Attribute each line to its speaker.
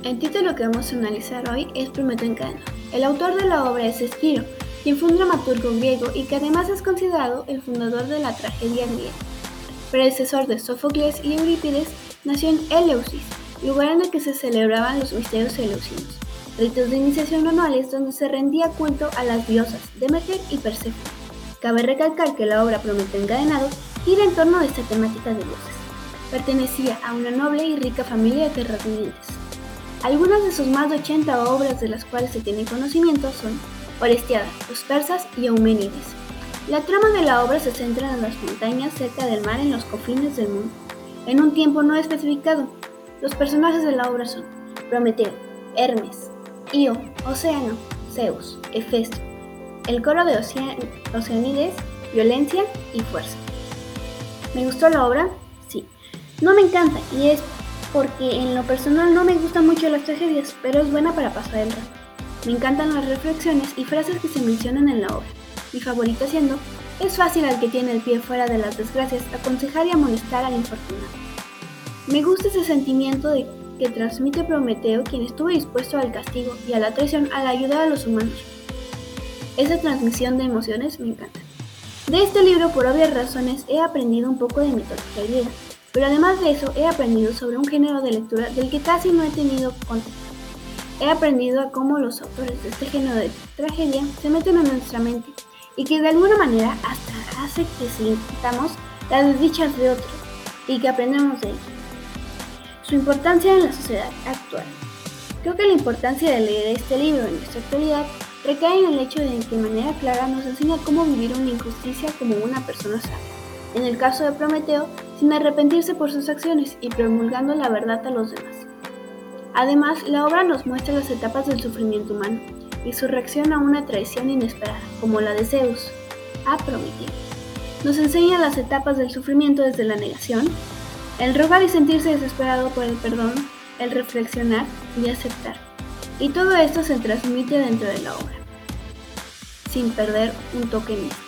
Speaker 1: El título que vamos a analizar hoy es Prometeo encadenado. El autor de la obra es Esquiro, quien fue un dramaturgo griego y que además es considerado el fundador de la tragedia griega. Predecesor de Sófocles y Eurípides, nació en Eleusis, lugar en el que se celebraban los misterios eleusinos, ritos de iniciación anuales donde se rendía culto a las diosas Demeter y Perséfone. Cabe recalcar que la obra Prometeo encadenado gira en torno a esta temática de dioses. Pertenecía a una noble y rica familia de terratenientes. Algunas de sus más de 80 obras de las cuales se tiene conocimiento son Orestiada, los persas y Euménides. La trama de la obra se centra en las montañas cerca del mar en los confines del mundo, en un tiempo no especificado. Los personajes de la obra son Prometeo, Hermes, Io, Océano, Zeus, Hefesto, el coro de Oceánides, violencia y fuerza. ¿Me gustó la obra? Sí. No me encanta y es porque en lo personal no me gustan mucho las tragedias, pero es buena para pasar el rato. Me encantan las reflexiones y frases que se mencionan en la obra. Mi favorita siendo, es fácil al que tiene el pie fuera de las desgracias aconsejar y amonestar al infortunado. Me gusta ese sentimiento que transmite Prometeo, quien estuvo dispuesto al castigo y a la traición al ayudar a los humanos. Esa transmisión de emociones me encanta. De este libro, por obvias razones, he aprendido un poco de mitología griega, pero además de eso he aprendido sobre un género de lectura del que casi no he tenido contacto. He aprendido a cómo los autores de este género de tragedia se meten en nuestra mente y que de alguna manera hasta hace que sintamos las desdichas de otros y que aprendamos de ellos. Su importancia en la sociedad actual. Creo que la importancia de leer este libro en nuestra actualidad recae en el hecho de que de manera clara nos enseña cómo vivir una injusticia como una persona sana. En el caso de Prometeo, sin arrepentirse por sus acciones y promulgando la verdad a los demás. Además, la obra nos muestra las etapas del sufrimiento humano y su reacción a una traición inesperada, como la de Zeus a Prometeo. Nos enseña las etapas del sufrimiento desde la negación, el rogar y sentirse desesperado por el perdón, el reflexionar y aceptar. Y todo esto se transmite dentro de la obra, sin perder un toque místico.